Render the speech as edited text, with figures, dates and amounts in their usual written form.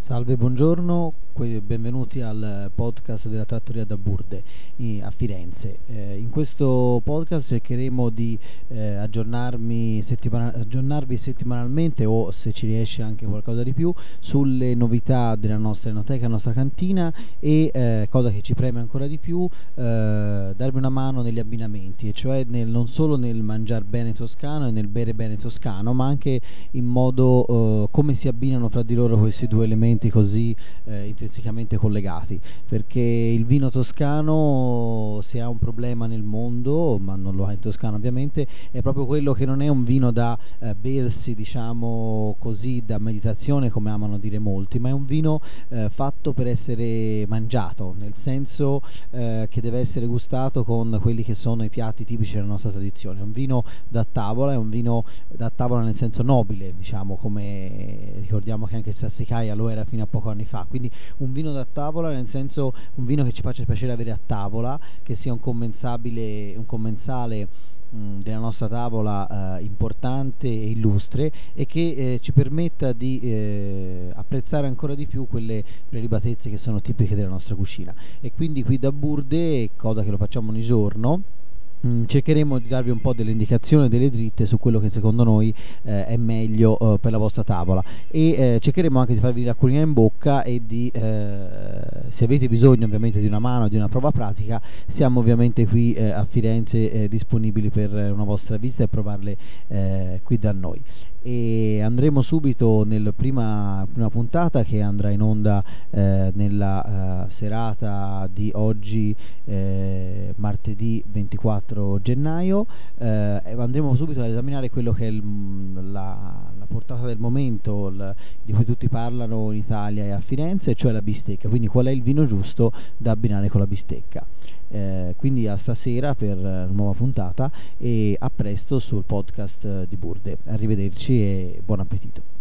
Salve, buongiorno, benvenuti al podcast della Trattoria da Burde a Firenze. In questo podcast cercheremo di aggiornarvi settimanalmente, o se ci riesce anche qualcosa di più, sulle novità della nostra enoteca, della nostra cantina e cosa che ci preme ancora di più, darvi una mano negli abbinamenti, e cioè non solo nel mangiare bene toscano e nel bere bene toscano, ma anche in modo come si abbinano fra di loro questi due elementi così intrinsecamente collegati, perché il vino toscano, se ha un problema nel mondo, ma non lo ha in Toscana ovviamente, è proprio quello che non è un vino da bersi, diciamo così, da meditazione, come amano dire molti, ma è un vino fatto per essere mangiato, nel senso che deve essere gustato con quelli che sono i piatti tipici della nostra tradizione. È un vino da tavola, è un vino da tavola nel senso nobile, diciamo, come ricordiamo che anche il Sassicaia lo era fino a pochi anni fa, quindi un vino da tavola nel senso un vino che ci faccia piacere avere a tavola, che sia un commensale della nostra tavola importante e illustre, e che ci permetta di apprezzare ancora di più quelle prelibatezze che sono tipiche della nostra cucina. E quindi qui da Burde, cosa che lo facciamo ogni giorno, cercheremo di darvi un po' delle indicazioni, delle dritte su quello che secondo noi è meglio per la vostra tavola, e cercheremo anche di farvi l'acquolina in bocca e di se avete bisogno ovviamente di una mano, di una prova pratica, siamo ovviamente qui a Firenze disponibili per una vostra visita e provarle qui da noi. E andremo subito nella prima puntata, che andrà in onda nella serata di oggi, martedì 24 gennaio. Andremo subito ad esaminare quello che è la portata del momento, di cui tutti parlano in Italia e a Firenze, cioè la bistecca. Quindi qual è il vino giusto da abbinare con la bistecca. Quindi a stasera per una nuova puntata, e a presto sul podcast di Burde. Arrivederci e buon appetito.